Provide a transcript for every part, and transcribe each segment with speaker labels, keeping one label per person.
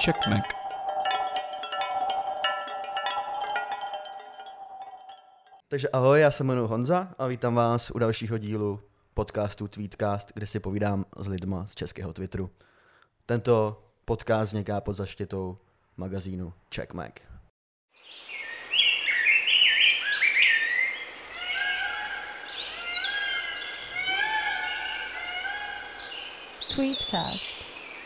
Speaker 1: Checkmack.
Speaker 2: Takže ahoj, já se jmenuji Honza a vítám vás u dalšího dílu podcastu Tweetcast, kde si povídám s lidma z českého Twitteru. Tento podcast vzniká pod zaštitou magazínu Checkmack.
Speaker 3: Tweetcast.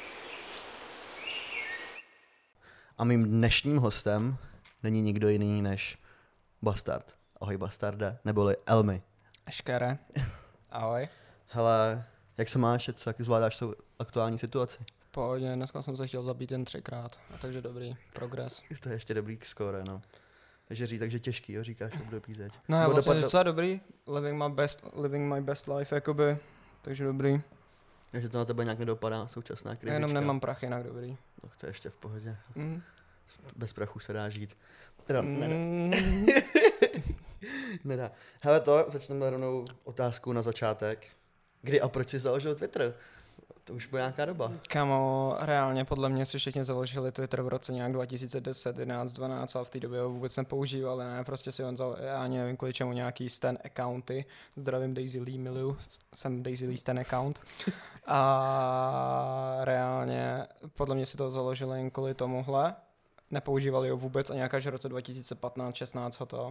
Speaker 2: A mým dnešním hostem není nikdo jiný než Bastard. Ahoj Bastarde, neboli Elmy.
Speaker 4: Škere. Ahoj.
Speaker 2: Hele, jak se máš, jak zvládáš tu aktuální situaci?
Speaker 4: V pohodě, dneska jsem se chtěl zabít jen 3krát, takže dobrý, progres.
Speaker 2: To je ještě dobrý skóre, no. Takže těžký, jo, říkáš období teď.
Speaker 4: No je
Speaker 2: Nebo
Speaker 4: vlastně
Speaker 2: dopadl-
Speaker 4: docela dobrý, living my best life, jakoby, takže dobrý.
Speaker 2: Takže to na tebe nějak nedopadá, současná krizička.
Speaker 4: Já jenom nemám prach, jinak dobrý.
Speaker 2: No, chce ještě v pohodě.
Speaker 4: Mm.
Speaker 2: Bez prachu se dá žít. Teda,
Speaker 4: Mm.
Speaker 2: nedá. Hele začneme rovnou otázku na začátek. Kdy a proč jsi založil Twitter? To už byla nějaká doba.
Speaker 4: Kamo, reálně podle mě si všichni založili Twitter v roce nějak 2010, 11, 12 a v té době ho vůbec nepoužívali, ne, prostě si on já ani nevím kvůli čemu nějaký Stan accounty, zdravím Daisy Lee, miluju, jsem Daisy Lee Stan account a reálně podle mě si to založili jen kvůli tomuhle, nepoužívali ho vůbec a nějak až v roce 2015-16 ho to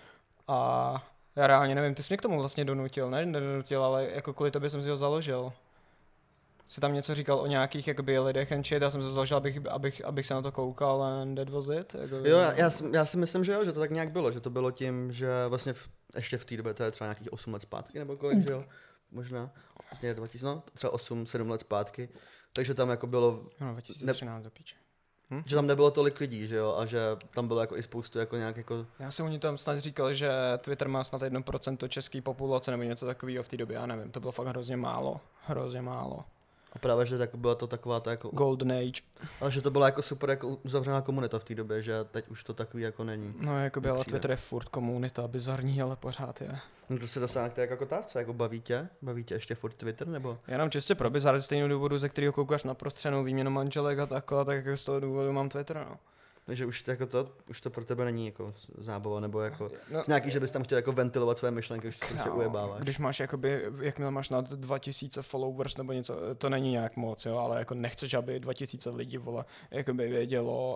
Speaker 4: a já reálně nevím, ty jsi mě k tomu vlastně donutil, ne, nedonutil, ale jako kvůli tobě jsem si ho založil. Jsi tam něco říkal o nějakých jakoby lidech and shit, já jsem se založil, abych se na to koukal and that was it. Jakoby,
Speaker 2: Jo, já si myslím, že jo, že to tak nějak bylo, že to bylo tím, že vlastně ještě v té době, to je třeba nějakých 8 let zpátky, nebo kolik, že jo, možná, vlastně 2000, no, třeba 8-7 let zpátky, takže tam jako bylo,
Speaker 4: no, 2013 do píče.
Speaker 2: že tam nebylo tolik lidí, že jo, a že tam bylo jako i spoustu jako nějak jako...
Speaker 4: Já jsem u ní tam snad říkal, že Twitter má snad 1% české populace nebo něco takového v té době, já nevím, to bylo fakt hrozně málo.
Speaker 2: A právě, že tak byla to taková to jako...
Speaker 4: Golden Age.
Speaker 2: Ale že to byla jako super jako uzavřená komunita v té době, že teď už to takový jako není.
Speaker 4: No jakoby, ale
Speaker 2: Nepřijde.
Speaker 4: Twitter je furt komunita, bizarní, ale pořád je.
Speaker 2: No to se dostane k té jako otázce, jako baví tě ještě furt Twitter, nebo?
Speaker 4: Jenom čistě pro bizar, ze stejného důvodu, ze kterého koukáš na prostřenou výměnu manželek a takhle, tak jako z toho důvodu mám Twitter, no.
Speaker 2: Takže už to pro tebe není jako zábava, nebo jako
Speaker 4: No,
Speaker 2: nějaký, že bys tam chtěl jako ventilovat své myšlenky, už to prostě ujebáváš.
Speaker 4: Když máš jakoby, jakmile máš nad 2000 followers nebo něco, to není nějak moc, jo, ale jako nechceš, aby 2000 lidí, vole, jakoby vědělo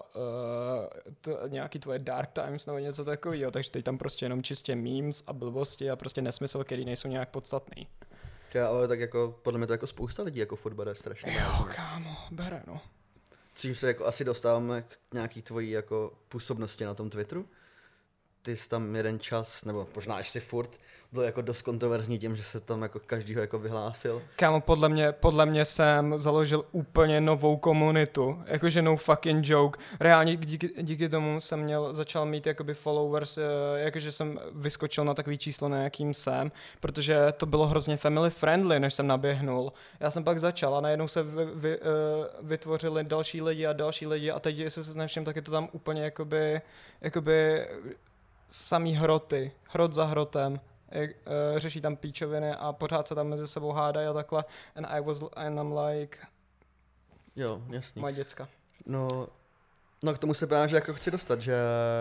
Speaker 4: nějaký tvoje dark times nebo něco takového, takže teď tam prostě jenom čistě memes a blbosti a prostě nesmysl, který nejsou nějak podstatný.
Speaker 2: Ale tak jako, podle mě to jako spousta lidí jako furt bere strašně
Speaker 4: Jo,
Speaker 2: vážně.
Speaker 4: kámo, bere, no.
Speaker 2: Čím se jako asi dostáváme k nějaký tvojí jako působnosti na tom Twitteru. Ty jsi tam jeden čas, nebo možná ještě furt, byl jako dost kontroverzní tím, že se tam jako každýho jako vyhlásil.
Speaker 4: Kámo, podle mě jsem založil úplně novou komunitu, jakože no fucking joke. Reálně díky tomu jsem začal mít jakoby followers, jakože jsem vyskočil na takový číslo, na jakým jsem, protože to bylo hrozně family friendly, než jsem naběhnul. Já jsem pak začal a najednou se vytvořili další lidi a teď, jestli se nevšim, tak je to tam úplně jakoby samý hroty, hrot za hrotem. Řeší tam píčoviny a pořád se tam mezi sebou hádají a takhle. And I'm like,
Speaker 2: Jo, jasný.
Speaker 4: moje děcka.
Speaker 2: No k tomu se právě, že jako chci dostat, že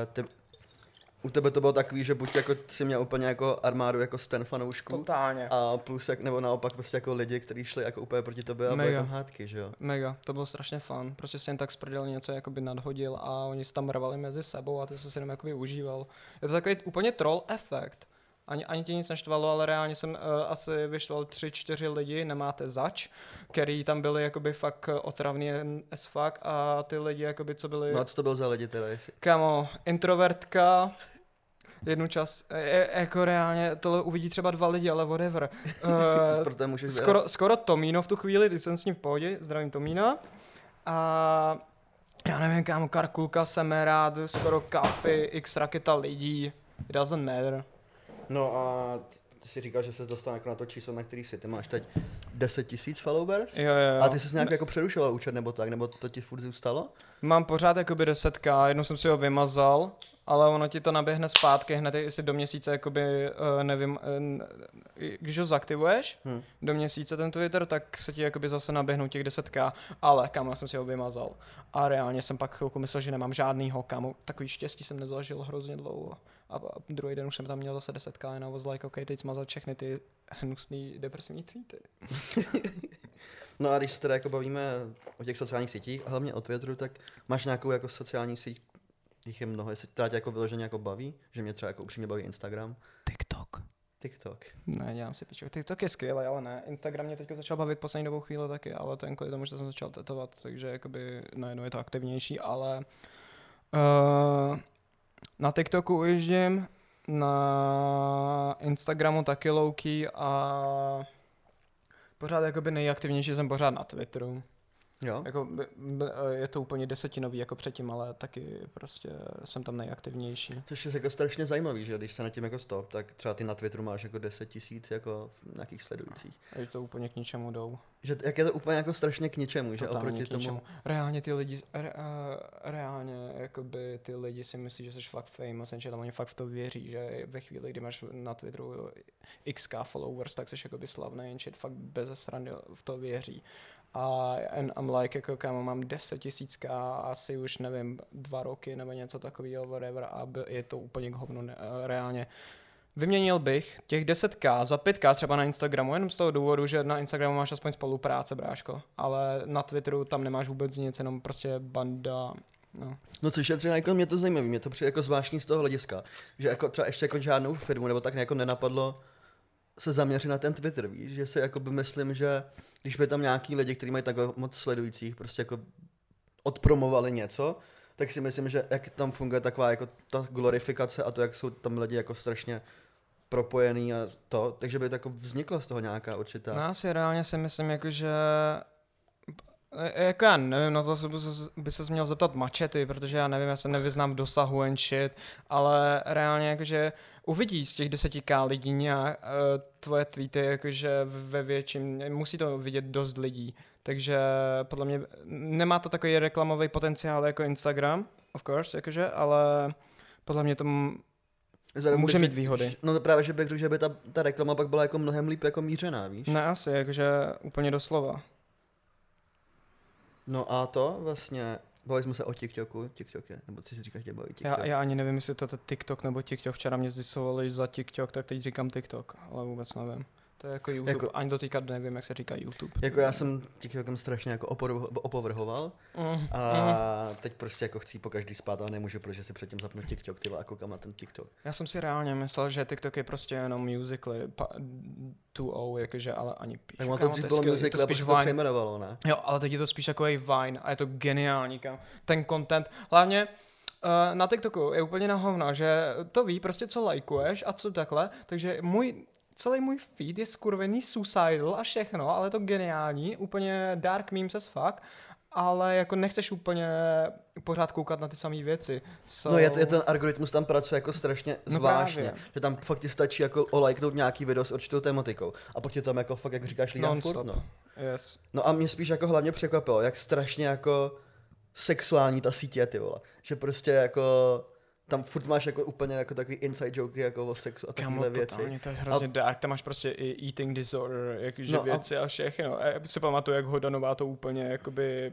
Speaker 2: u tebe to bylo takový, že buď jako si měl úplně jako armádu jako Stan fanoušků,
Speaker 4: Totálně.
Speaker 2: a plus nebo naopak prostě jako lidi, kteří šli jako úplně proti tobě a byly
Speaker 4: Mega.
Speaker 2: tam hádky, že jo.
Speaker 4: Mega, to bylo strašně fun. Prostě si jen tak z prdele něco jakoby nadhodil a oni se tam rvali mezi sebou a ty se si jenom jakoby užíval. Je to takový úplně troll efekt. Ani tě nic neštvalo, ale reálně jsem asi vyštval 3-4 lidi, nemáte zač, který tam byli jakoby fakt otravný as fuck a ty lidi jakoby co byli...
Speaker 2: No a co to byl za lidi teda, jestli?
Speaker 4: Kamo, introvertka, jednu čas, jako reálně, tohle uvidí třeba 2 lidi, ale whatever.
Speaker 2: Proto můžeš
Speaker 4: Skoro Tomíno v tu chvíli, když jsem s ním v pohodě, zdravím Tomína. A já nevím, kámo, Karkulka, Semerad, skoro Kafy, X raketa lidí, it doesn't matter.
Speaker 2: No a ty si říkal, že se dostal jako na to číslo, na který jsi. Ty máš teď 10 000 followers?
Speaker 4: Jo.
Speaker 2: A ty jsi nějak jako přerušoval účet nebo tak, nebo to ti furt zůstalo?
Speaker 4: Mám pořád jakoby 10k, jednou jsem si ho vymazal, ale ono ti to naběhne zpátky hned, jestli do měsíce jakoby, když ho zaktivuješ do měsíce ten Twitter, tak se ti jakoby zase naběhnou těch 10k, ale kámo, já jsem si ho vymazal. A reálně jsem pak chvilku myslel, že nemám žádnýho, kámo, takový štěstí jsem nezažil hrozně dlouho. A druhý den už jsem tam měl zase 10k, and I was like, OK, teď smazat všechny ty hnusný depresivní tweety.
Speaker 2: No a když se teda jako bavíme o těch sociálních sítích, a hlavně o Twitteru, tak máš nějakou jako sociální síť, jich je mnoho, jestli teda tě jako vyloženě jako baví, že mě třeba jako upřímně baví Instagram. TikTok.
Speaker 4: Ne, dělám si pičo. TikTok je skvělý, ale ne. Instagram mě teďka začal bavit poslední dobou chvíli taky, ale to jen kvůli tomu, že jsem začal tetovat, takže jakoby najednou je to aktivnější, ale na TikToku ujíždím, na Instagramu taky low-key a pořád jakoby nejaktivnější jsem pořád na Twitteru.
Speaker 2: Jo?
Speaker 4: Jako, je to úplně desetinový jako předtím, ale taky prostě jsem tam nejaktivnější.
Speaker 2: Což je jako strašně zajímavý, že když se na tím jako stop, tak třeba ty na Twitteru máš jako 10 000 jako nějakých sledujících.
Speaker 4: A je to úplně k ničemu jdou.
Speaker 2: Že jak je to úplně jako strašně k ničemu, že
Speaker 4: Totálně
Speaker 2: oproti tomu.
Speaker 4: Reálně ty lidi, reálně jakoby ty lidi si myslí, že jsi fakt famous, že tam oni fakt v to věří, že ve chvíli, kdy máš na Twitteru xk followers, tak jsi jakoby slavný, jenže fakt bez srandy v to věří. A I'm like, jako kámo, mám 10 000 asi už nevím, 2 roky nebo něco takového, whatever, a je to úplně k hovnu, reálně. Vyměnil bych těch 10k za 5k třeba na Instagramu, jenom z toho důvodu, že na Instagramu máš aspoň spolupráce, bráško, ale na Twitteru tam nemáš vůbec nic, jenom prostě banda.
Speaker 2: No což je třeba jako mě to zajímavé, mě to přijde jako zvláštní z toho hlediska, že jako třeba ještě jako žádnou firmu nebo tak jako nenapadlo se zaměřit na ten Twitter, víš, že si jako by myslím, že když by tam nějaký lidi, kteří mají takhle moc sledujících, prostě jako odpromovali něco, tak si myslím, že jak tam funguje taková jako ta glorifikace a to, jak jsou tam lidi jako strašně propojený a to, takže by to jako vzniklo z toho nějaká určitá.
Speaker 4: No asi reálně si myslím, jakože jako já nevím, na to by se měl zeptat Mačety, protože já nevím, já se nevyznám v dosahu and shit, ale reálně jakože uvidí z těch 10k lidí nějak tvoje tweety, jakože ve větším, musí to vidět dost lidí, takže podle mě nemá to takový reklamový potenciál jako Instagram, of course, jakože, ale podle mě to může mít výhody.
Speaker 2: No to právě, že bych řekl, že by ta reklama pak byla jako mnohem líp jako mířená, víš?
Speaker 4: Ne asi, jakože úplně doslova.
Speaker 2: No a to vlastně, bavili jsme se o TikToku, TikTok je, nebo ty si říkáš, že baví TikTok.
Speaker 4: Já ani nevím, jestli to je TikTok nebo TikTok, včera mě zdisovali za TikTok, tak teď říkám TikTok, ale vůbec nevím. To je jako YouTube, jako, ani do teďka nevím, jak se říká YouTube.
Speaker 2: Jako já jsem TikTokem strašně jako opovrhoval a teď prostě jako chci po každý spát, ale nemůžu, protože si předtím zapnu TikTok, ty a koukám na ten TikTok.
Speaker 4: Já jsem si reálně myslel, že TikTok je prostě jenom Musical.ly 2.0, jakože ale ani píš.
Speaker 2: Tak to dřív bylo Musical.ly, a to přejmenovalo, ne?
Speaker 4: Jo, ale teď je to spíš takový Vine a je to geniální, kam. Ten content, hlavně na TikToku je úplně na hovno, že to ví prostě co lajkuješ a co takhle, takže celý můj feed je skurvený suicidal a všechno, ale je to geniální, úplně dark memes as fuck, ale jako nechceš úplně pořád koukat na ty samé věci.
Speaker 2: No je ten algoritmus tam pracuje jako strašně zvláštně, že tam fakt ti stačí jako olajknout nějaký video s určitou tematikou a pak je tam jako fakt, jak říkáš, lídám furt, no.
Speaker 4: Yes.
Speaker 2: No a mě spíš jako hlavně překvapilo, jak strašně jako sexuální ta síť je, ty vole, že prostě jako tam furt máš jako úplně jako takový inside joke jako o sexu a takovéhle věci.
Speaker 4: Kámo, to je hrozně dark, tam máš prostě i eating disorder, jakože věci a všechno. Já si pamatuju, jak Hodanová to úplně jakoby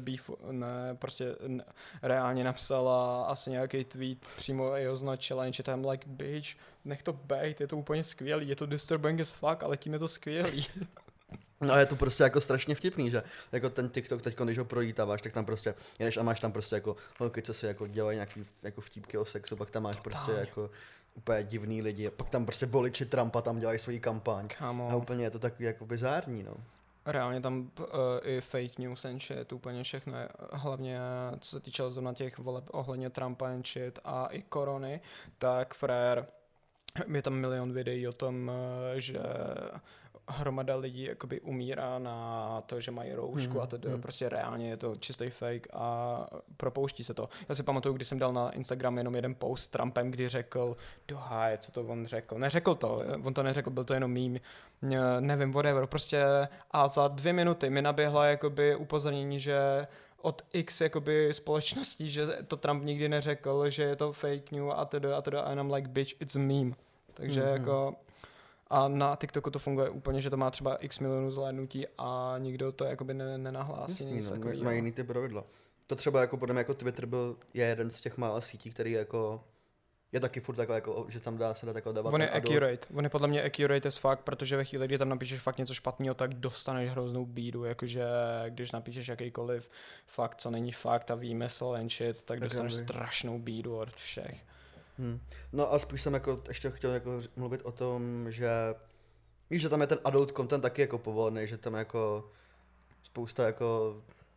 Speaker 4: reálně napsala asi nějaký tweet, přímo jej označila, jenže tam like bitch, nech to bejt, je to úplně skvělý, je to disturbing as fuck, ale tím je to skvělý.
Speaker 2: No a je to prostě jako strašně vtipný, že jako ten TikTok teď, když ho prolítáváš, tak tam prostě jedeš a máš tam prostě jako holky, co si jako dělají nějaký jako vtípky o sexu, pak tam máš prostě jako úplně divný lidi, pak tam prostě voliči Trumpa tam dělají svoji kampaň.
Speaker 4: Kámo.
Speaker 2: A úplně je to takový jako bizární, no.
Speaker 4: Reálně tam i fake news and shit, úplně všechno je, hlavně co se týče zrovna těch voleb ohledně Trumpa and shit a i korony, tak frér, je tam milion videí o tom, že hromada lidí jakoby umírá na to, že mají roušku a tedy prostě reálně je to čistý fake a propouští se to. Já si pamatuju, když jsem dal na Instagram jenom jeden post s Trumpem, kdy řekl, doháje, co to on řekl. Neřekl to, on to neřekl, byl to jenom meme, nevím, whatever, prostě a za 2 minuty mi naběhla jakoby upozornění, že od X jakoby společností, že to Trump nikdy neřekl, že je to fake news a teda a I'm like, bitch, it's a meme. Takže jako a na TikToku to funguje úplně, že to má třeba x milionů zhlédnutí a nikdo to jakoby nenahlásí.
Speaker 2: Má jiný ty pravidla. To třeba jako podle mě jako Twitter je jeden z těch mála sítí, který jako je taky furt takhle, jako, že tam se dá takhle dávat.
Speaker 4: On je accurate. On je podle mě accurate as fuck, protože ve chvíli, kdy tam napíšeš fakt něco špatného, tak dostaneš hroznou bídu, jakože když napíšeš jakýkoliv fakt, co není fakt a výmysl and shit, tak dostaneš strašnou bídu od všech.
Speaker 2: No a spíš jsem jako ještě chtěl jako mluvit o tom, že víš, že tam je ten adult content taky jako povolený, že tam jako spousta jako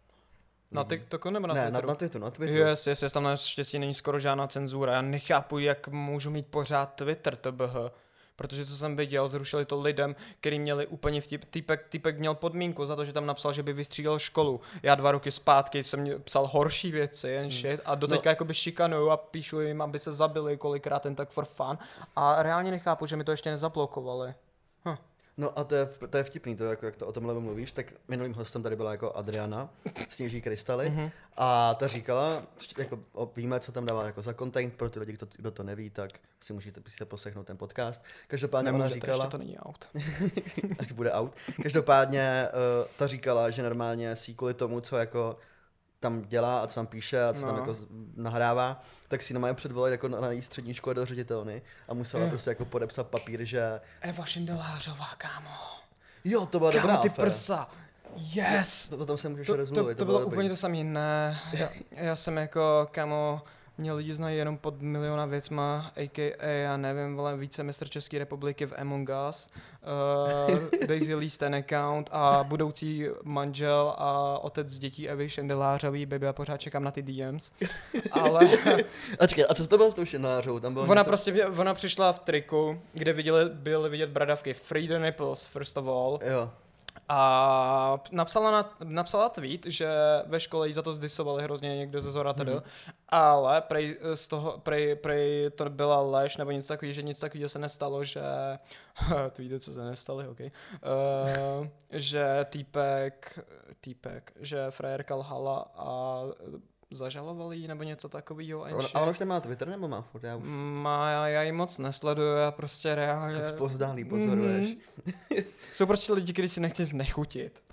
Speaker 4: na TikToku nebo na Twitteru?
Speaker 2: Ne, na Twitteru.
Speaker 4: Yes, tam naštěstí není skoro žádná cenzura. Já nechápu, jak můžu mít pořád Twitter, TBH. Protože co jsem viděl, zrušili to lidem, kteří měli úplně vtip. Týpek měl podmínku za to, že tam napsal, že by vystřídal školu. Já 2 roky zpátky jsem psal horší věci jen shit a doteďka jakoby šikanuju a píšu jim, aby se zabili kolikrát ten tak for fun. A reálně nechápu, že mi to ještě nezablokovali.
Speaker 2: No a to je vtipný, to jako, jak to o tomhle mluvíš, tak minulým hostem tady byla jako Adriana, Sněží krystaly, a ta říkala, jako víme, co tam dává jako za content, pro ty lidi, kdo to neví, tak si můžete poslechnout ten podcast. Každopádně ona říkala,
Speaker 4: to není out.
Speaker 2: až bude out. Každopádně ta říkala, že normálně si kvůli tomu, co jako tam dělá a co tam píše a co tam jako nahrává, tak si normálně předvolali jako na její střední škole do ředitelny a musela prostě jako podepsat papír, že...
Speaker 4: Eva Šindelářová, kámo.
Speaker 2: Jo, to byla dobrá
Speaker 4: ty prsa. Yes!
Speaker 2: To tam se můžeš rozmluvit.
Speaker 4: To bylo úplně to samé, ne. Já jsem jako, kámo, mě lidi znají jenom pod miliona věcma, a.k.a. já nevím, vole, vícemistr České republiky v Among Us, Daisy Lee ten account a budoucí manžel a otec dětí Evy Šendelářový, baby, já pořád čekám na ty DMs, ale...
Speaker 2: A co to bylo s tou Šendelářovou? Tam bylo
Speaker 4: ona přišla v triku, kde byly vidět bradavky Free the nipples, first of all.
Speaker 2: Jo.
Speaker 4: A napsala tweet, že ve škole jí za to zdisovali hrozně někdo ze Zora ale prej to byla lež nebo nic takového, že nic takového se nestalo, že tweety, co se nestalo, ok. Že že frajerka lhala a zažalovali jí nebo něco takového.
Speaker 2: Ale už nemá Twitter nebo má furt?
Speaker 4: Já ji moc nesleduju, já prostě reálně...
Speaker 2: Zpozdálí pozoruješ.
Speaker 4: Jsou prostě lidi, kteří si nechci znechutit.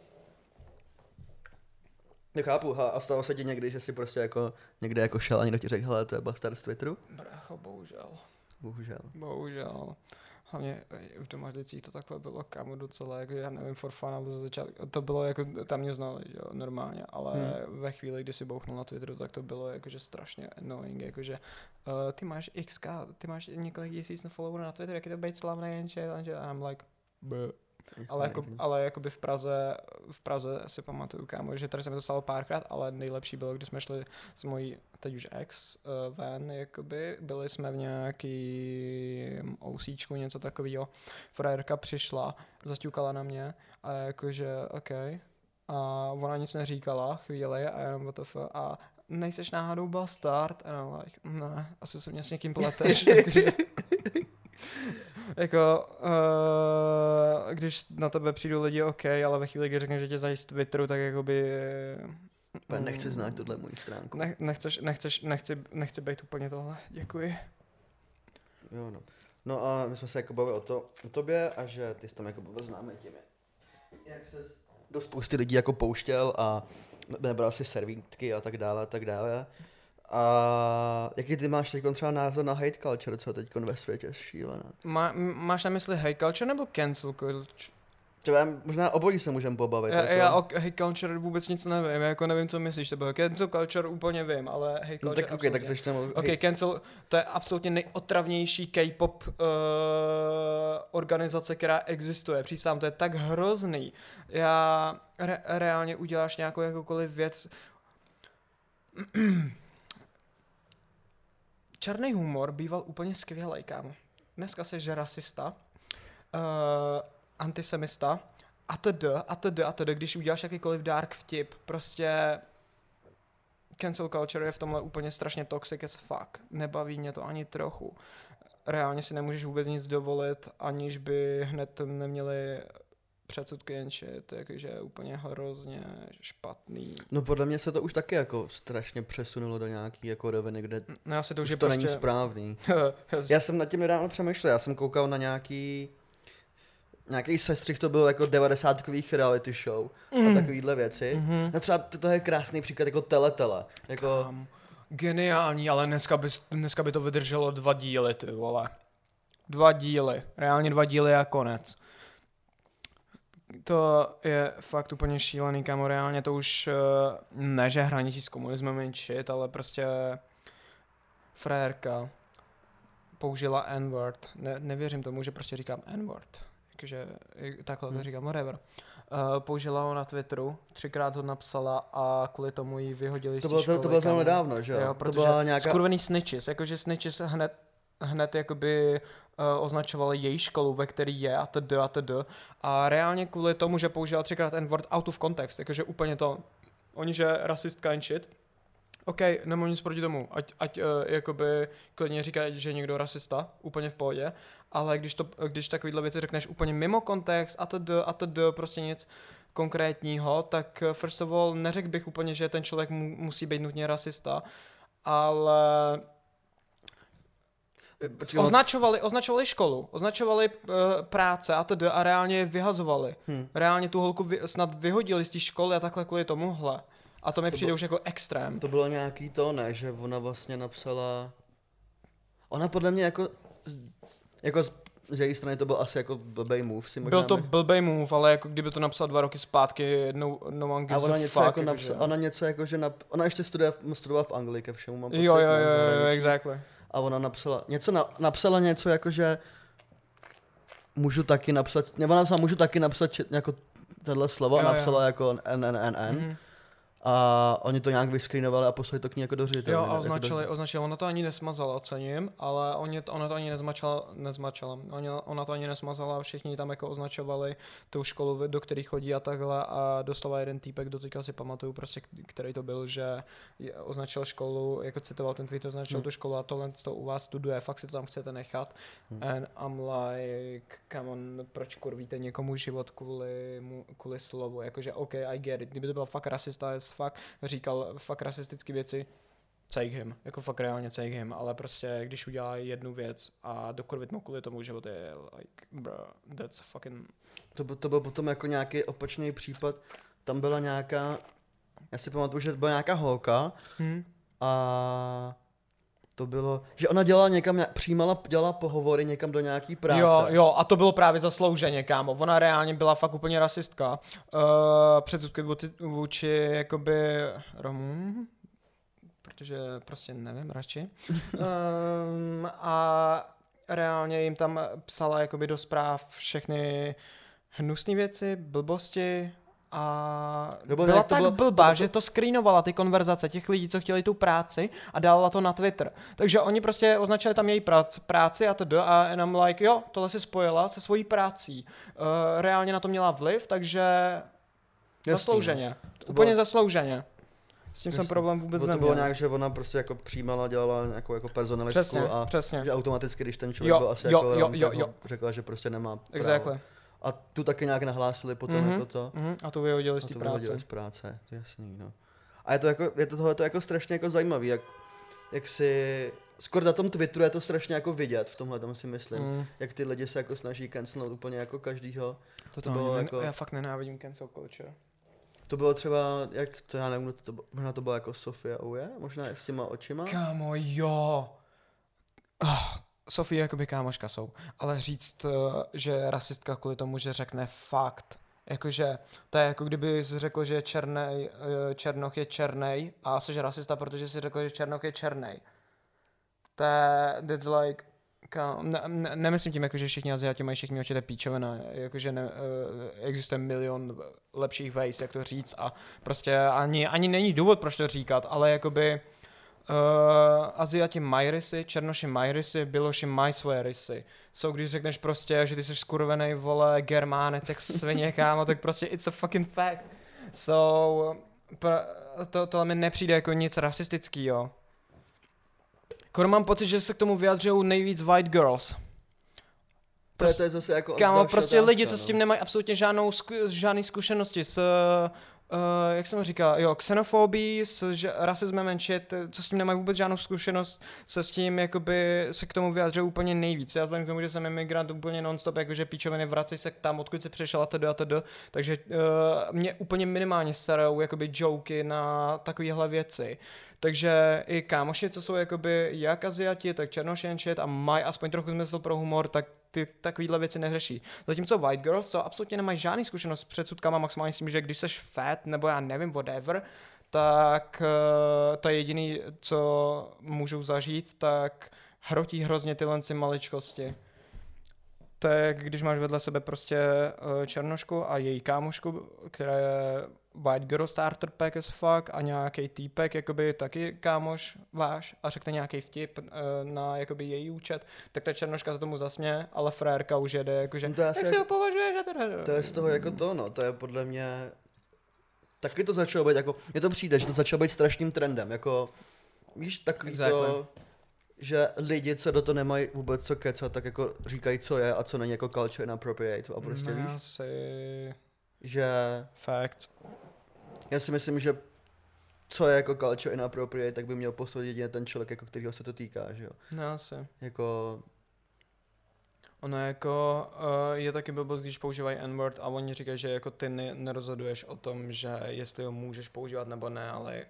Speaker 2: Nechápu, a stalo se ti někdy, že jsi prostě jako někde jako šel a někdo ti řekl, hele, to je bastard z Twitteru?
Speaker 4: Bracho, bohužel. Hlavně v Domažlicích to takhle bylo, kámo, docela, jako já nevím, for fun, ale to bylo jako, tam mě znali, jo, normálně, ale ve chvíli, kdy si bouchnul na Twitteru, tak to bylo jakože strašně annoying, jakože ty máš XK, ty máš několik tisíc followerů na Twitteru, jak je to být slavný, a I'm like, ale jakoby v Praze si pamatuju, kámo, že tady se mi to stalo párkrát, ale nejlepší bylo, když jsme šli s mojí, teď už ex, ven, jakoby, byli jsme v nějaký OCčku, něco takového, frajerka přišla, zaťukala na mě a jakože, OK, a ona nic neříkala chvíli a jenom WTF a nejseš náhodou bastard? A I'm like, ne, asi se mě s někým pleteš, jako, když na tebe přijdu lidi, OK, ale ve chvíli, kdy řekneš, že tě znají z Twitteru, tak jakoby...
Speaker 2: Nechci znát tohle moji stránku.
Speaker 4: Nechci být úplně tohle, děkuji.
Speaker 2: Jo, no. No a my jsme se jako bavili o tobě a že ty jsi tam jako byl známý tím, jak se do spousty lidí jako pouštěl a nebral si servítky a tak dále. A jaký ty máš teď třeba názor na hate culture, co teď ve světě šílené?
Speaker 4: Máš na mysli hate culture nebo cancel culture?
Speaker 2: Třeba možná obojí se můžeme pobavit.
Speaker 4: Já o hate culture vůbec nic nevím, jako nevím, co myslíš, to cancel culture úplně vím, ale hate culture
Speaker 2: tak okay, tak chceš tam...
Speaker 4: Cancel, to je absolutně nejotravnější K-pop organizace, která existuje, přísám, to je tak hrozný. Reálně uděláš nějakou jakoukoliv věc... Černý humor býval úplně skvělej, kámo. Dneska jsi rasista antisemista a td, když uděláš jakýkoliv dark vtip, prostě cancel culture je v tomhle úplně strašně toxic as fuck. Nebaví mě to ani trochu. Reálně si nemůžeš vůbec nic dovolit, aniž by hned neměli předsudky jen shit, jakože je úplně hrozně špatný.
Speaker 2: No podle mě se to už taky jako strašně přesunulo do nějaký jako roviny, kde
Speaker 4: no, já si to
Speaker 2: už
Speaker 4: to
Speaker 2: prostě...
Speaker 4: není
Speaker 2: správný. Já jsem nad tím nedávno přemýšlel, já jsem koukal na nějaký sestřih, to bylo jako 90kových reality show a takovýhle věci. No třeba to je krásný příklad jako Teletele. Jako...
Speaker 4: Geniální, ale dneska by to vydrželo 2 díly, ty vole. 2 díly, reálně 2 díly a konec. To je fakt úplně šílený, kámo, reálně to už ne, že hraničí s komunismem jen shit, ale prostě frérka použila N-word. Nevěřím tomu, že prostě říkám N-word. Jakože takhle to říkám, whatever. Použila ho na Twitteru, 3krát ho napsala a kvůli tomu jí vyhodili z té školy.
Speaker 2: To bylo nedávno, že jo?
Speaker 4: Protože to byla nějaká... skurvený snitches, jakože snitches hned jakoby označovali její školu, ve který je atd. A reálně kvůli tomu, že použila 3krát N-word out of context, jakože úplně to, oni že rasistka and shit, OK, nemám nic proti tomu, ať jakoby klidně říkají, že je někdo rasista, úplně v pohodě, ale když takovýhle věci řekneš úplně mimo kontext atd, prostě nic konkrétního, tak first of all neřekl bych úplně, že ten člověk musí být nutně rasista, ale označovali školu, označovali práce atd. A reálně je vyhazovali. Reálně tu holku snad vyhodili z té školy a takhle kvůli tomuhle. A to mi přijde už jako extrém.
Speaker 2: To bylo nějaký to, ne? Že ona vlastně napsala... Ona podle mě jako z její strany to byl asi jako blbej move.
Speaker 4: Byl to blbej move, ale jako kdyby to napsal 2 roky zpátky, no one gives a fuck.
Speaker 2: Jako ona něco jako, že ona ještě studovala v Anglii ke všemu, mám pocit.
Speaker 4: Jo, exactly.
Speaker 2: A ona napsala něco jako, že můžu taky napsat jako tohle slovo a napsala jako NNNN. A oni to nějak vyscreenovali a poslali to k ní jako do ředitele.
Speaker 4: Jo, a označili, ona to ani nesmazala, cením, ale ona to ani nezmačala. Ona to ani nesmazala, všichni tam jako označovali tu školu, do které chodí a takhle a dostala jeden týpek, doteďka si pamatuju prostě, který to byl, že označil školu, jako citoval ten tweet, označil tu školu a tohle to u vás studuje, fakt si to tam chcete nechat. And I'm like, come on, proč kurvíte někomu život kvůli slovu, jakože OK, I get it, kdyby to byl fakt rasista, fakt říkal fakt rasistické věci, take him, jako fakt reálně take him, ale prostě když udělá jednu věc a dokurvit mu kvůli tomu, že to je like, bro, that's fucking...
Speaker 2: To byl potom jako nějaký opačný případ, tam byla nějaká, já si pamatuju, že byla nějaká holka a to bylo, že ona dělala někam, dělala pohovory někam do nějaký práce.
Speaker 4: Jo, a to bylo právě zaslouženě, kámo. Ona reálně byla fakt úplně rasistka. Předsudky vůči jakoby Romům, protože prostě nevím radši. A reálně jim tam psala jakoby do zpráv všechny hnusné věci, blbosti. A byla tak blbá, že to screenovala ty konverzace těch lidí, co chtěli tu práci a dala to na Twitter. Takže oni prostě označili tam její práci a td. A I'm like, jo, tohle si spojila se svojí prací. Reálně na to měla vliv, takže zaslouženě. Úplně zaslouženě. S tím jsem problém vůbec neměl.
Speaker 2: To bylo nějak, že ona prostě jako přijímala, dělala nějakou personalistku a
Speaker 4: přesně.
Speaker 2: Že automaticky, když ten člověk byl asi jako Rom, řekla, že prostě nemá právo.
Speaker 4: Exactly.
Speaker 2: A tu taky nějak nahlásili potom jako to.
Speaker 4: A tu vyhodili z té
Speaker 2: práce. To je jasný, no. A je to tohleto jako strašně jako zajímavý, jak si... Skoro na tom Twitteru je to strašně jako vidět, v tomhle tom si myslím. Jak ty lidi se jako snaží cancelnout úplně jako každýho.
Speaker 4: To bylo jako... Já fakt nenávidím cancel culture.
Speaker 2: To bylo třeba, jak to já nevím, možná to bylo jako Sofia Ouje, možná s těma očima.
Speaker 4: Kámo, jo. Sofie jakoby kámoška jsou, ale říct, že rasistka kvůli tomu, že řekne fakt, jakože to je jako kdyby jsi řekl, že Černoch je černej a jsi rasista, protože jsi řekl, že Černoch je černej. That's like, nemyslím tím, jako, že všichni Aziati mají všichni určité píčovina, jakože existuje milion lepších ways, jak to říct a prostě ani není důvod, proč to říkat, ale jakoby Aziati mají rysy, černoši mají rysy, běloši mají svoje rysy. Když řekneš prostě, že ty jsi skurvenej, vole, germánec, jak svině, kámo, tak prostě it's a fucking fact. Tohle mi nepřijde jako nic rasistického. Mám pocit, že se k tomu vyjadřují nejvíc white girls.
Speaker 2: To je zase jako
Speaker 4: kámo, prostě otázka, lidi, co s tím nemají absolutně žádný zkušenosti s, jak jsem říkal, xenofobii, s rasismem and shit, co s tím nemají vůbec žádnou zkušenost, se s tím jakoby se k tomu vyjadřují úplně nejvíc. Já vzhledem k tomu, že jsem imigrant úplně non-stop, jakože píčoviny, vracej se tam, odkud jsi přišel a td. Takže mě úplně minimálně starou jakoby joky na takovéhle věci. Takže i kámoši, co jsou jakoby jak Aziati, tak černoši and shit a mají aspoň trochu smysl pro humor, tak ty takovýhle věci neřeší. Zatímco white girls, co absolutně nemají žádný zkušenost s předsudkama, maximálně s tím, že když seš fat, nebo já nevím, whatever, tak to je jediný, co můžou zažít, tak hrotí hrozně tyhle maličkosti. To je, když máš vedle sebe prostě černošku a její kámošku, která je white girl starter pack as fuck a nějaký týpek, jakoby taky kámoš váš a řekne nějaký vtip na jakoby její účet, tak ta černoška se tomu zasměje, ale frérka už jede, jakože,
Speaker 2: no
Speaker 4: jak si ho považuješ?
Speaker 2: To je z toho jako to, no, to je podle mě, taky to začalo být jako, mně to přijde, že to začalo být strašným trendem, jako, víš, takový to, že lidi, co do toho nemají vůbec co kecat, tak jako říkají, co je a co není jako culture inappropriate a prostě víš, že...
Speaker 4: Fact.
Speaker 2: Já si myslím, že co je jako culture inappropriate, tak by měl posoudit jedině ten člověk, jako kterýho se to týká, že jo.
Speaker 4: No asi.
Speaker 2: Jako...
Speaker 4: Ono jako je taky blbost, když používají N-word a oni říkají, že jako ty nerozhoduješ o tom, že jestli ho můžeš používat nebo ne, ale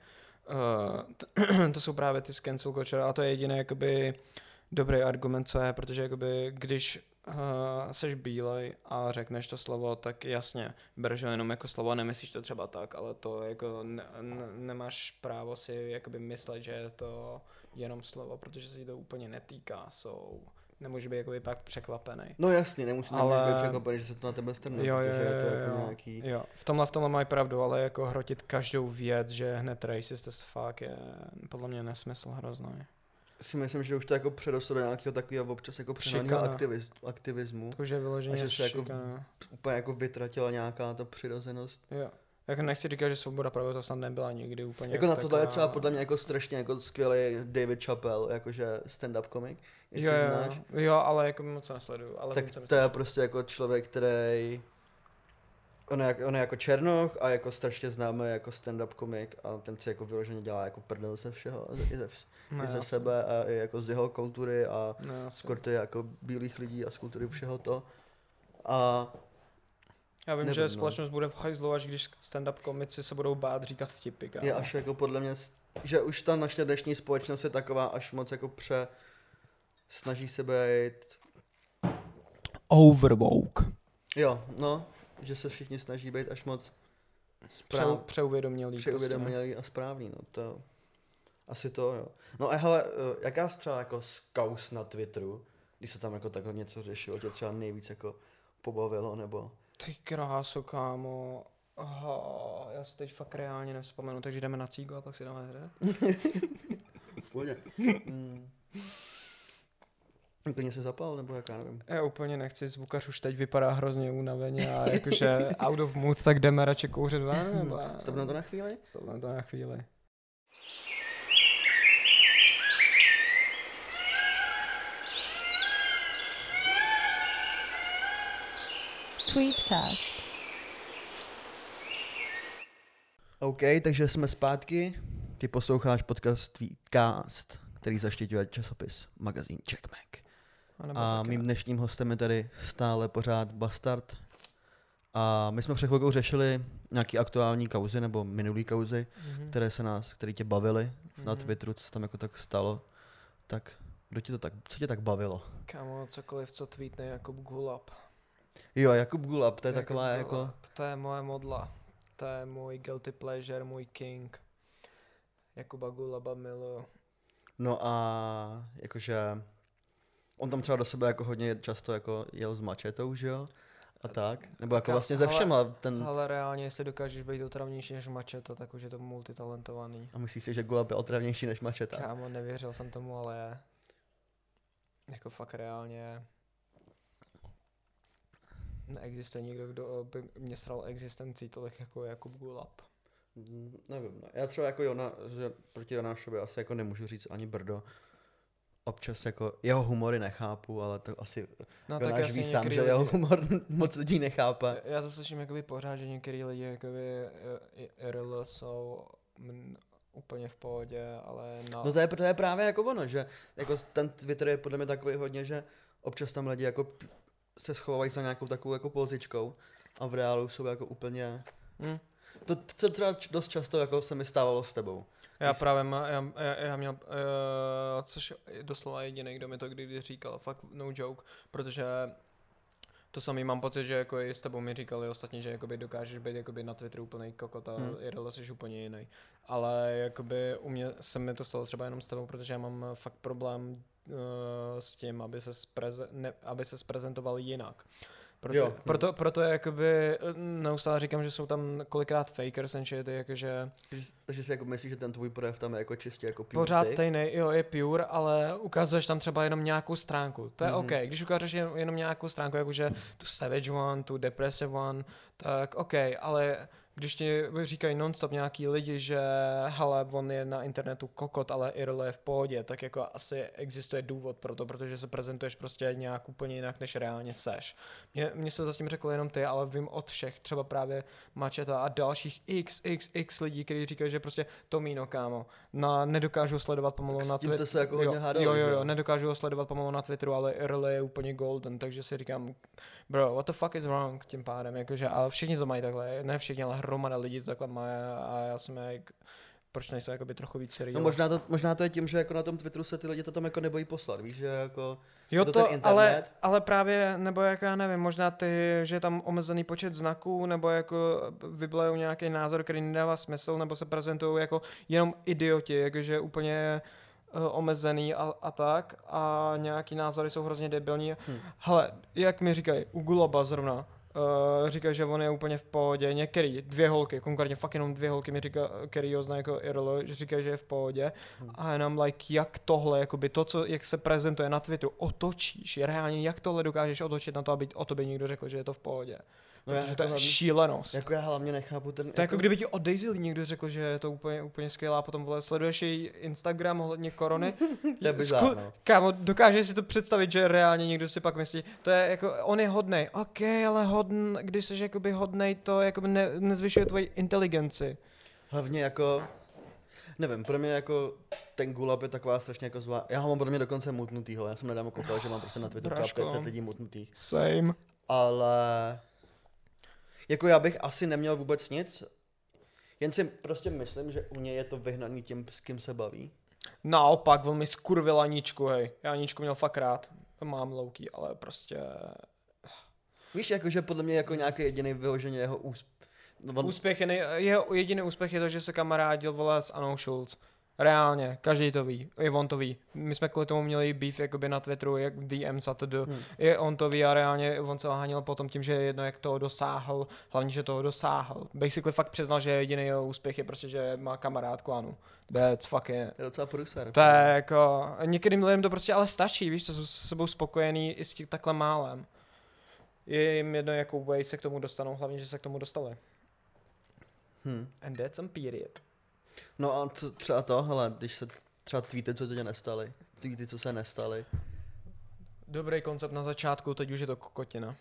Speaker 4: to jsou právě ty cancel culture a to je jediný jakoby dobrý argument, co je, protože jakoby když seš bílej a řekneš to slovo, tak jasně, bereš ho jenom jako slovo, nemyslíš to třeba tak, ale to jako nemáš právo si jakoby myslet, že je to jenom slovo, protože se jí to úplně netýká, nemůžeš být jakoby pak překvapený.
Speaker 2: No jasně, nemůžeš být překvapený, že se to na tebe strne, protože je to jako nějaký...
Speaker 4: Jo, v tomhle mají pravdu, ale jako hrotit každou věc, že hned racist as fuck je podle mě nesmysl hrozný.
Speaker 2: Si myslím, že už to jako předostalo do nějakého takového občas jako přehnání aktivismu.
Speaker 4: To už je vyloženě
Speaker 2: a že se jako úplně jako vytratila nějaká ta přirozenost.
Speaker 4: Jo. Jako nechci říkat, že svoboda projevu to snad nebyla nikdy úplně.
Speaker 2: Jako na tohle je třeba podle mě jako strašně jako skvělý David Chappelle, jakože stand-up komik, jestli znáš.
Speaker 4: Jo, ale jako moc se nesleduju. Ale
Speaker 2: tak to je prostě jako člověk, který... On je jako černoch a jako strašně známý jako stand-up komik a ten si jako vyloženě dělá jako prdel ze všeho, i ze sebe a i jako z jeho kultury a z kultury jako bílých lidí a z kultury všeho to. A
Speaker 4: já vím, že společnost bude v hajzlu, až když stand-up komici se budou bát říkat vtipy. Kámo.
Speaker 2: Je až jako podle mě, že už ta naše dnešní společnost je taková až moc jako snaží se být
Speaker 4: overwoke.
Speaker 2: Jo, no, že se všichni snaží být až moc přeuvědomělý a správný, no to asi to, jo. No a hele, jaká třeba jako z kaus na Twitteru, když se tam jako takhle něco řešilo, tě třeba nejvíc jako pobavilo, nebo...
Speaker 4: Ty kráso, kámo. Já si teď fakt reálně nevzpomenu, takže jdeme na cígu a pak si dáme hře.
Speaker 2: V pohodě. Úplně se zapal, nebo jak já nevím.
Speaker 4: Já úplně nechci, zvukař už teď vypadá hrozně unaveně a jakože out of mood, tak jdeme radši kouřit ven.
Speaker 2: Stopneme to na chvíli?
Speaker 4: Stopneme to na chvíli.
Speaker 2: Tweetcast. OK, takže jsme zpátky. Ty posloucháš podcast Tweetcast, který zaštiťuje časopis magazín Checkmate. A mým dnešním hostem je tady stále pořád Bastard. A my jsme před chvilkou řešili nějaký aktuální kauzy nebo minulý kauzy, které tě bavily na Twitteru, co se tam jako tak stalo. Tak, co tě tak bavilo?
Speaker 4: Kámo, cokoliv, co tweetne Jakub Gulab.
Speaker 2: Jo, Jakub Gulab, to je taková jako...
Speaker 4: To je moje modla. To je můj guilty pleasure, můj king. Jakuba Gulaba miluju.
Speaker 2: No a jakože... On tam třeba do sebe jako hodně často jako jel s mačetou, že jo? a tak. Nebo jako vlastně ze všema.
Speaker 4: Ale reálně, jestli dokážeš být otravnější než Macheta, tak už je to multitalentovaný.
Speaker 2: A myslíš si, že Gulab je otravnější než Macheta?
Speaker 4: Kámo, nevěřil jsem tomu, ale je. Jako fakt reálně neexistuje nikdo, kdo by mě sral existencí tolik jako Jakub Gulab.
Speaker 2: Nevím, no. Já třeba jako že proti Jonášovi asi jako nemůžu říct ani brdo. Občas jako jeho humory nechápu, ale to asi Jonáš ví sám, že jeho humor moc lidí nechápe.
Speaker 4: Já to slyším jakoby pořád, že některý lidi jakoby IRL jsou úplně v pohodě, ale
Speaker 2: no to je právě jako ono, že jako ten Twitter je podle mě takový hodně, že občas tam lidi jako se schovávají za nějakou takovou jako pozičkou a v reálu jsou jako úplně... To třeba dost často jako se mi stávalo s tebou.
Speaker 4: Já měl, což je doslova jediný, kdo mi to kdy říkal, fakt no joke, protože to samý mám pocit, že jako i s tebou mi říkali ostatně, že jakoby dokážeš být jakoby na Twitteru úplnej kokot a IRL jsi úplně jiný. Ale jakoby u mě se mi to stalo třeba jenom s tebou, protože já mám fakt problém s tím, aby se prezentoval jinak. Proto jakoby neustále říkám, že jsou tam kolikrát fakers and shit, jakože...
Speaker 2: Takže si jako myslíš, že ten tvůj projev tam je jako čistě jako pure?
Speaker 4: Pořád stejný, jo, je pure, ale ukazuješ tam třeba jenom nějakou stránku. To je OK. Když ukážeš jenom nějakou stránku, jakože tu savage one, tu depressive one, tak OK, ale když ti říkají non-stop nějaký lidi, že hele, on je na internetu kokot, ale IRL je v pohodě, tak jako asi existuje důvod pro to, protože se prezentuješ prostě nějak úplně jinak, než reálně seš. Mně se zatím řekl jenom ty, ale vím od všech, třeba právě Macheta a dalších x lidí, kteří říkají, že prostě Tomino, kámo, nedokážu sledovat pomalu na Twitteru.
Speaker 2: Se jako hodně hádali,
Speaker 4: jo, nedokážu ho sledovat pomalu na Twitteru, ale IRL je úplně golden, takže si říkám, bro, what the fuck is wrong tím pádem, jakože, ale všichni to mají takhle, ne všichni, ale hromada lidí to takhle má a já jsem jak, proč nejsem jakoby trochu víc seriózní.
Speaker 2: No možná to je tím, že jako na tom Twitteru se ty lidi to tam jako nebojí poslat, víš, že jako
Speaker 4: jo, to ale právě, nebo jako já nevím, možná že je tam omezený počet znaků, nebo jako vyblejou nějaký názor, který nedává smysl, nebo se prezentují jako jenom idioti, jakože úplně omezený a tak a nějaký názory jsou hrozně debilní. Hele, jak mi říkají, u Gulaba zrovna, říká, že on je úplně v pohodě, některý, 2 holky, konkrétně fakt jenom 2 holky mi říká, který ho zná jako IRL, že říká, že je v pohodě a jenom like, jak tohle, jakoby to, jak se prezentuje na Twitteru, otočíš, reálně jak tohle dokážeš otočit na to, aby o tobě někdo řekl, že je to v pohodě. No protože to je šílenost.
Speaker 2: Jako já hlavně nechápu ten...
Speaker 4: To jako kdyby ti o Daisy Lee někdo řekl, že je to úplně skvělá a potom vole, sleduješ její Instagram ohledně korony. Kámo, dokážeš si to představit, že reálně někdo si pak myslí, to je jako, on je hodnej. OK, ale když jsi jakoby hodnej, to jakoby nezvyšuje tvoji inteligenci.
Speaker 2: Hlavně jako... Nevím, pro mě jako ten Gulab je taková strašně jako zlá. Já ho mám pro mě dokonce mutnutýho. Já jsem nedávno koukal, že mám prostě na Twitteru třeba 500 lidí mutnutých.
Speaker 4: Same.
Speaker 2: Ale... Jako já bych asi neměl vůbec nic, jen si prostě myslím, že u něj je to vyhnaný tím, s kým se baví.
Speaker 4: Naopak, on mi skurvil Aničku, hej. Já Aničku měl fakt rád. Mám louký, ale prostě...
Speaker 2: Víš, jakože podle mě jako nějaký jediný vyloženě jeho
Speaker 4: úspěch jeho jediný úspěch je to, že se kamarádil vole s Anou Schulz. Reálně, každý to ví, i on to ví. My jsme kvůli tomu měli beef jakoby na Twitteru, jak DMs a td. I on to ví a reálně on se oháněl potom tím, že je jedno, jak toho dosáhl, hlavně, že toho dosáhl. Basically fakt přiznal, že jediný jeho úspěch je prostě, že má kamarádku Anu. That's fucking...
Speaker 2: To je docela průser.
Speaker 4: To je jako, některým lidem to prostě ale stačí, víš, jsou se sebou spokojený i s tím takhle málem. Je jim jedno, jakou way se k tomu dostanou, hlavně, že se k tomu dostali. And that's some period.
Speaker 2: No a třeba to, hele, když se třeba tweety, co tě nestaly, tweety, co se nestaly.
Speaker 4: Dobrý koncept na začátku, teď už je to kokotina.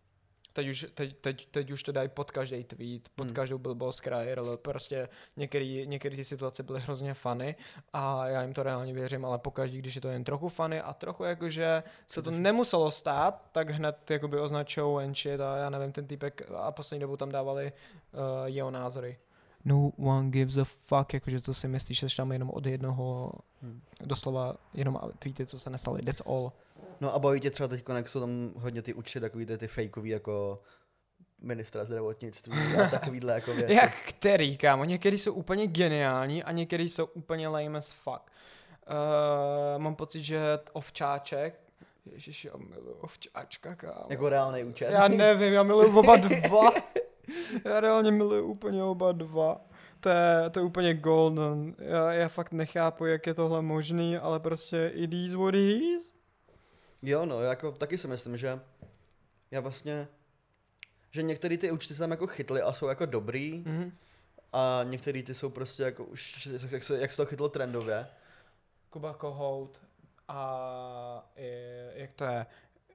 Speaker 4: Teď už to dají pod každý tweet, pod každou blbost, kraj, prostě některé ty situace byly hrozně funny a já jim to reálně věřím, ale pokaždý, když je to jen trochu funny a trochu jakože se to nemuselo stát, tak hned jakoby označou and shit a já nevím, ten týpek a poslední dobu tam dávali jeho názory. No one gives a fuck, jakože co si myslíš, že tam jenom od jednoho, doslova jenom tweety, co se nestaly, that's all.
Speaker 2: No a baví tě třeba teď, jak jsou tam hodně ty určitě takový ty fejkový jako ministra zdravotnictví a takovýhle jako věci.
Speaker 4: Jak který, kámo, některý jsou úplně geniální a některý jsou úplně lame as fuck. Mám pocit, že Ovčáček Ježiš, já miluju ovčáčka, kámo.
Speaker 2: Jako reálnej účet.
Speaker 4: Já nevím, já miluju oba dva. Já reálně miluju úplně oba dva. To je úplně golden. Já fakt nechápu, jak je tohle možný, ale prostě it is what it is.
Speaker 2: Jo, no, jako taky si myslím, že já vlastně, že některé ty účty se tam jako chytly a jsou jako dobrý a některé ty jsou prostě jako už, jak se to chytlo trendově.
Speaker 4: Kuba Kohout a jak to je?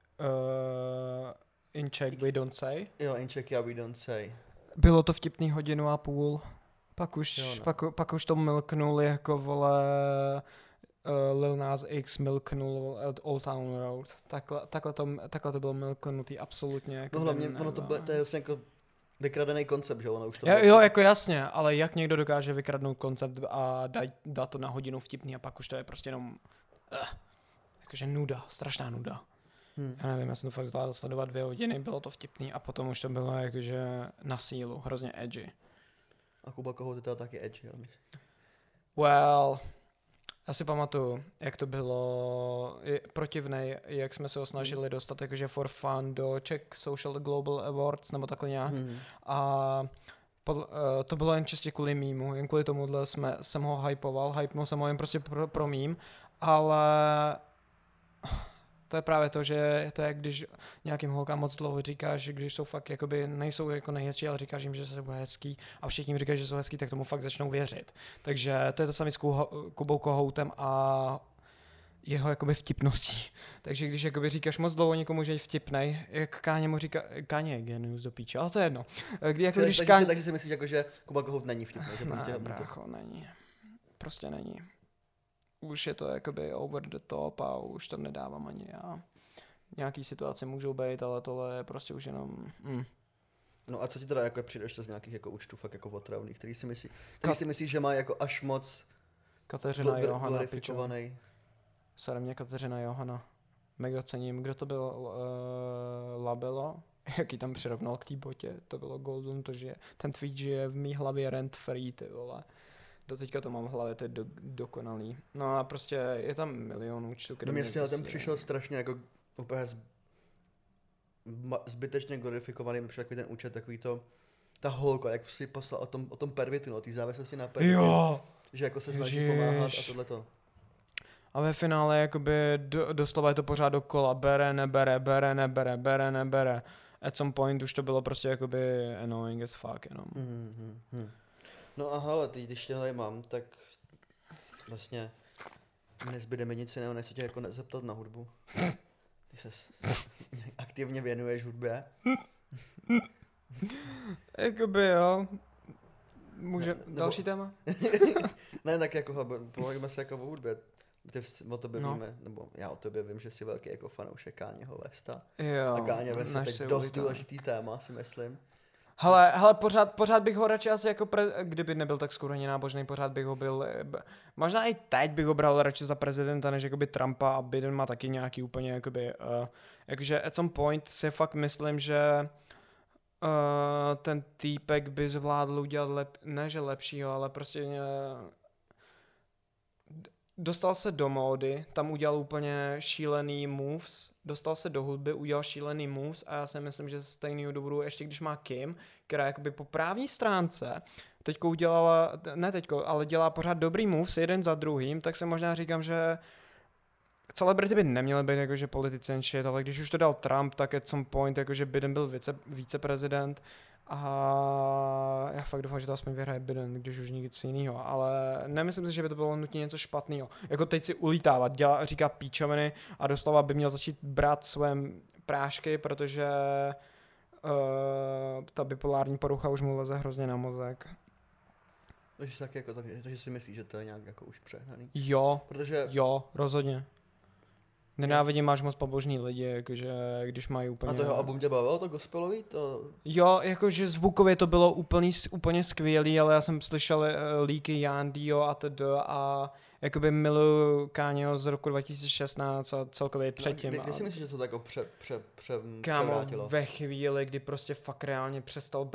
Speaker 4: In Czech we don't say.
Speaker 2: Jo, in Czech we don't say.
Speaker 4: Bylo to vtipný 1.5 hodiny. Pak už to milknul jako vole Lil Nas X milknul Old Town Road. Takhle to bylo milknutý absolutně. Jako
Speaker 2: no hlavně to je vlastně jako vykradený koncept, že ono už to...
Speaker 4: Jo, jako jasně, ale jak někdo dokáže vykradnout koncept a dát to na hodinu vtipný a pak už to je prostě jenom jakože nuda, strašná nuda. Já nevím, já jsem to fakt zvládl sledovat 2 hodiny, bylo to vtipný a potom už to bylo jakože na sílu, hrozně edgy.
Speaker 2: A Kuba Kohout je teda taky edgy, jo?
Speaker 4: Well, já si pamatuju, jak to bylo protivnej, jak jsme se ho snažili dostat jakože for fun do Czech Social Global Awards, nebo takhle nějak. A to bylo jen čistě kvůli mýmu, jen kvůli tomuhle jsem ho hypnul jsem ho jen prostě pro mým, ale to je právě to, že to je, když nějakým holkám moc dlouho říkáš, když jsou fakt jakoby, nejsou jako nejhezčí, ale říkáš jim, že jsou hezký a všichni jim říkají, že jsou hezký, tak tomu fakt začnou věřit. Takže to je to samé s Kubou Kohoutem a jeho jakoby vtipností. Takže když jakoby říkáš moc dlouho někomu, že je vtipnej, jak Káně mu říká, Káně je genius do píče, ale to je jedno.
Speaker 2: Takže si myslíš, jako, že Kuba Kohout není vtipnej, že prostě...
Speaker 4: Ne, brácho, není. Prostě není. Už je to jakoby over the top a už to nedávám ani já. Nějaký situace můžou být, ale tohle je prostě už jenom...
Speaker 2: No a co ti teda jako přijde z nějakých jako účtů fakt jako otravných, který si myslíš, že má jako až moc
Speaker 4: Kateřina Johana
Speaker 2: glorifikovaný?
Speaker 4: Sere mě Kateřina Johana. Mega cením. Kdo to byl? Labelo? Jaký tam přirovnal k té botě. To bylo golden, to že ten tweet žije v mý hlavě rent free, ty vole. Doteďka to mám v hlavě, to je dokonalý. No a prostě je tam milion účtů.
Speaker 2: No mě ten přišel strašně jako úplně zbytečně glorifikovaný, protože takový ten účet, takový to, ta holka, jak si poslal o tom pervitinu, o té závislosti na pervitinu.
Speaker 4: Jo!
Speaker 2: Že jako se snaží pomáhat a tohleto.
Speaker 4: A ve finále jakoby doslova je to pořád dokola, bere, nebere. At some point už to bylo prostě jakoby annoying as fuck jenom.
Speaker 2: No a hele, teď když tě mám, tak vlastně nezbyde mi nic jiného, než se tě jako zeptat na hudbu. Ty se aktivně věnuješ hudbě.
Speaker 4: Jakoby jo. Může další téma?
Speaker 2: Ne, tak jako pověďme se jako o hudbě. Ty o tobě víme, nebo já o tobě vím, že jsi velký jako fanoušek Káněho Westa.
Speaker 4: Jo,
Speaker 2: a Káně West je teď dost důležitý téma, si myslím.
Speaker 4: Hele, pořád bych ho radši asi jako, kdyby nebyl tak skoro nábožný, pořád bych ho byl, možná i teď bych ho bral radši za prezidenta, než jakoby Trumpa a Biden má taky nějaký úplně jakoby, jakože at some point si fakt myslím, že ten týpek by zvládl udělat ne že lepšího, ale prostě dostal se do módy, tam udělal úplně šílený moves, dostal se do hudby, udělal šílený moves a já si myslím, že stejného důvodu, ještě když má Kim, která jakoby po právní stránce teďko udělala, ale dělá pořád dobrý moves jeden za druhým, tak se možná říkám, že celebrity by neměly být jakože politici and shit, ale když už to dal Trump, tak at some point jakože Biden byl viceprezident a já fakt doufám, že to aspoň vyhraje Biden, když už nic jiného, ale nemyslím si, že by to bylo nutně něco špatného. Jako teď si ulítávat, říká píčoviny a doslova by měl začít brát své prášky, protože ta bipolární porucha už mu leze hrozně na mozek.
Speaker 2: Takže si myslíš, že to je nějak jako už přehnaný?
Speaker 4: Jo, rozhodně. Nenávidím, máš moc pobožný lidi, jakože když mají úplně...
Speaker 2: A to jeho album tě bavilo, to gospelový? To...
Speaker 4: Jo, jakože zvukově to bylo úplně skvělý, ale já jsem slyšel líky Yandio a a jakoby miluju Káněho z roku 2016 a celkově předtím.
Speaker 2: Kdy si myslíš, že to tak jako
Speaker 4: kámo,
Speaker 2: převrátilo?
Speaker 4: ve chvíli, kdy prostě fakt reálně přestal brát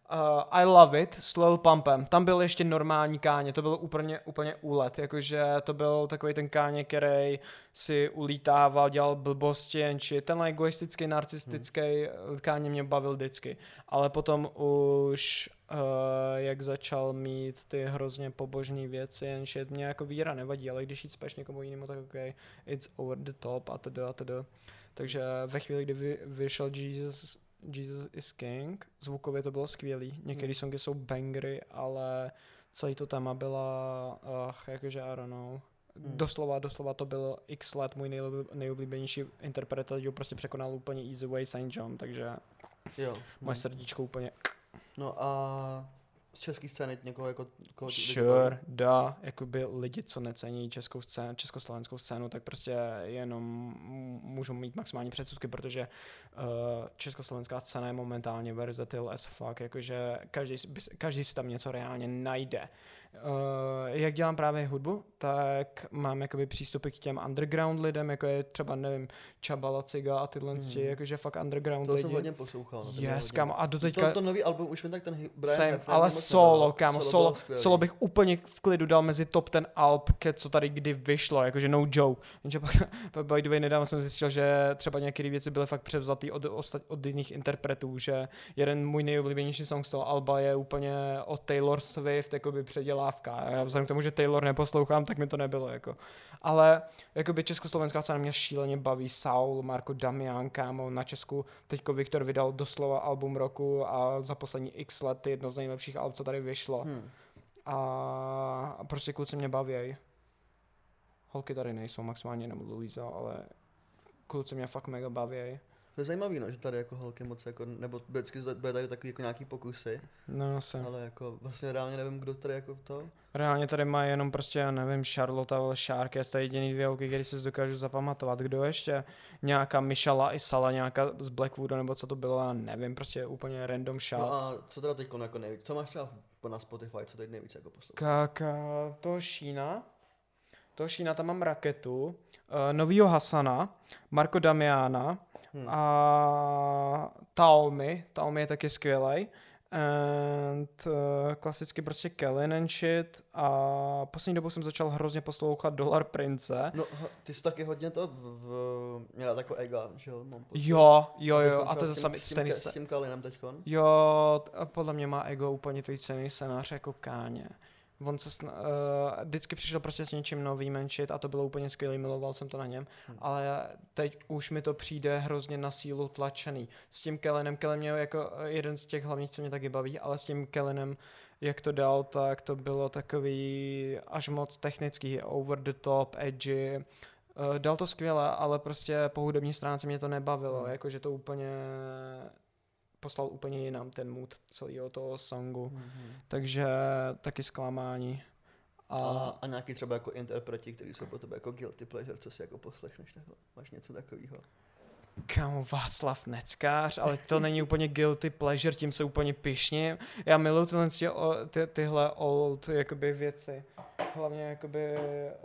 Speaker 4: I Love It s Lil Pumpem. Tam byl ještě normální Káně, to byl úplně úlet, jakože to byl takový ten Káně, který si ulítával, dělal blbosti and shit. Ten egoistický, narcistický Káně mě bavil vždycky. Ale potom už jak začal mít ty hrozně pobožné věci and shit, mě jako víra nevadí, ale když jít spíš někomu jinému, tak okay, it's over the top a teda. Takže ve chvíli, kdy vyšel Jesus is King, zvukově to bylo skvělý, některé songy jsou bangry, ale celý to téma byla, jakože I don't know, doslova to byl x let můj nejoblíbenější interpret, prostě překonal úplně Easy Way St. John, takže moje srdíčko úplně.
Speaker 2: No a z české scény někoho jako...
Speaker 4: Sure, jakoby lidi, co necení československou scénu, tak prostě jenom můžou mít maximální předsudky, protože československá scéna je momentálně versatile as fuck, jakože každý si tam něco reálně najde. Jak dělám právě hudbu, tak mám jakoby přístupy k těm underground lidem, jako je třeba, nevím, Čaba Laciga a tyhle jakože fakt underground lidi.
Speaker 2: To jsem hodně poslouchal.
Speaker 4: Yes, kámo, a doteďka...
Speaker 2: To nový album už mi tak ten Brian Hefner...
Speaker 4: Ale solo, kámo, solo bych úplně v klidu dal mezi top 10 alb, co tady kdy vyšlo, jakože no joke. Jenže pak by the way nedávno jsem zjistil, že třeba nějaké věci byly fakt převzatý od jiných interpretů, že jeden můj nejoblíbenější song z toho alba je úplně od Taylor Swift, jakoby předělávka. Já vzhledem k tomu, že Taylor neposlouchám, tak mi to nebylo, jako. Ale jakoby československá scéna mě šíleně baví, Saul, Marko Damian, kámo, na Česku teďko Viktor vydal doslova album roku a za poslední x let jedno z nejlepších alb, co tady vyšlo. A prostě kluci mě baví. Holky tady nejsou, maximálně jenom Luisa, ale kluci mě fakt mega baví.
Speaker 2: To je zajímavý, no, že tady jako holky moc jako, nebo vždycky bude tady takový jako nějaký pokusy.
Speaker 4: No asi.
Speaker 2: Ale jako vlastně reálně nevím, kdo tady jako to.
Speaker 4: Reálně tady má jenom prostě, já nevím, Charlotte a Sharky, to je jediný dvě holky, které si dokážu zapamatovat. Kdo ještě? Nějaká Mishala i Sala, nějaká z Blackwoodu, nebo co to bylo, já nevím, prostě úplně random shots.
Speaker 2: No a co teda teď jako nejvíc, co máš třeba na Spotify, co teď nejvíc jako posloucháš?
Speaker 4: Toho Šína, tam mám Raketu, novýho Hasana, Marko Damiana a Taomi je taky skvělej. And klasicky prostě Kellen and shit a poslední dobou jsem začal hrozně poslouchat Dollar Prince.
Speaker 2: No, ty jsi taky hodně to měla takový ega, že jo?
Speaker 4: Jo, a to je
Speaker 2: samý stejný s tím Kalinem teďkon?
Speaker 4: Jo, podle mě má ego úplně ten stejný scénář jako Káně. On se vždycky přišel prostě s něčím novým and shit a to bylo úplně skvělý, miloval jsem to na něm, ale teď už mi to přijde hrozně na sílu tlačený. S tím Kellen mě jako jeden z těch hlavních, co mě taky baví, ale s tím Kellenem, jak to dal, tak to bylo takový až moc technický, over the top, edgy. Dal to skvěle, ale prostě po hudební stránce mě to nebavilo, jakože to úplně... poslal úplně jinam ten mood celého toho songu. Takže taky zklamání.
Speaker 2: A nějaký třeba jako interpreti, kteří jsou po tebe jako guilty pleasure, co si jako poslechneš, takhle? Máš něco takového?
Speaker 4: Kámo, Václav Neckář, ale to není úplně guilty pleasure, tím se úplně pyšním. Já miluji tyhle old jakoby věci. Hlavně jakoby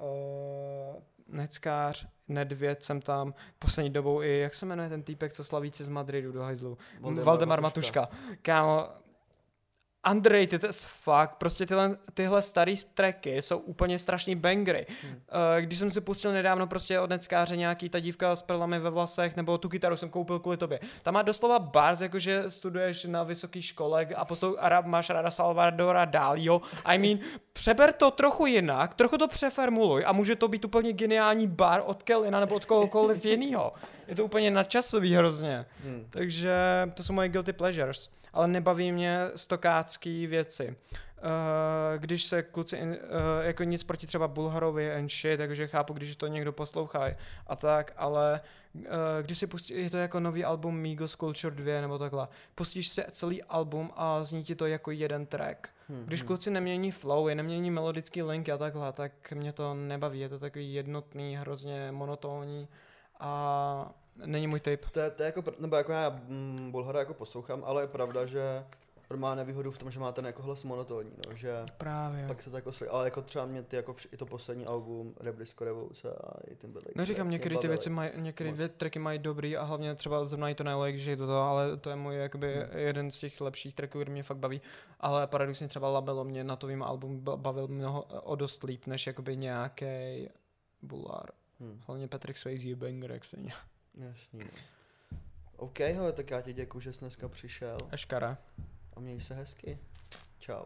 Speaker 4: Neckář, Nedvěd jsem tam, poslední dobou i, jak se jmenuje ten týpek, co slavíci z Madridu do hajzlu? Valdemar Matuška. Kámo, underrated as fuck, prostě tyhle starý tracky jsou úplně strašný bangry. Když jsem si pustil nedávno prostě od Neckáře nějaký ta dívka s perlami ve vlasech, nebo tu kytaru jsem koupil kvůli tobě. Tam má doslova bars, jakože studuješ na vysoké škole a máš ráda Salvadora Dalího. I mean, přeber to trochu jinak, trochu to přeformuluj a může to být úplně geniální bar od Kellina nebo od kohokoliv jinýho. Je to úplně nadčasový hrozně. Takže to jsou moje guilty pleasures. Ale nebaví mě stokácký věci. Když se kluci, jako nic proti třeba Bulharovi and shit, takže chápu, když to někdo poslouchá a tak, ale když si pustí, je to jako nový album Migos Culture 2 nebo takhle, pustíš si celý album a zní ti to jako jeden track. Když kluci nemění flow, nemění melodický linky a takhle, tak mě to nebaví, je to takový jednotný, hrozně monotónní a není můj typ.
Speaker 2: To je jako, nebo jako já Bulhara jako poslouchám, ale je pravda, že má nevýhodu v tom, že má ten jako hlas monotónní, no, že
Speaker 4: Právě.
Speaker 2: pak se to jako ale jako třeba mě ty jako i to poslední album Rap Disco Revoluce a i ten byl.
Speaker 4: No říkám, některé ty věci mají, některé tracky mají dobrý a hlavně třeba zrovna i to Nile, že je to, ale to je můj jakoby jeden z těch lepších tracků, který mě fakt baví, ale paradoxně třeba Labelo mě na tovým albumu bavil mnoho o dost líp, než jakoby nějaký Bulár. Hlavně Patrick Swayze banger, jak se ně.
Speaker 2: Jasný, no. OK, hele, tak já ti děkuju, že jsi dneska přišel.
Speaker 4: Eškara.
Speaker 2: A měj se hezky. Čau.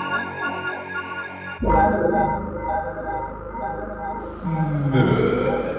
Speaker 2: Ahoj.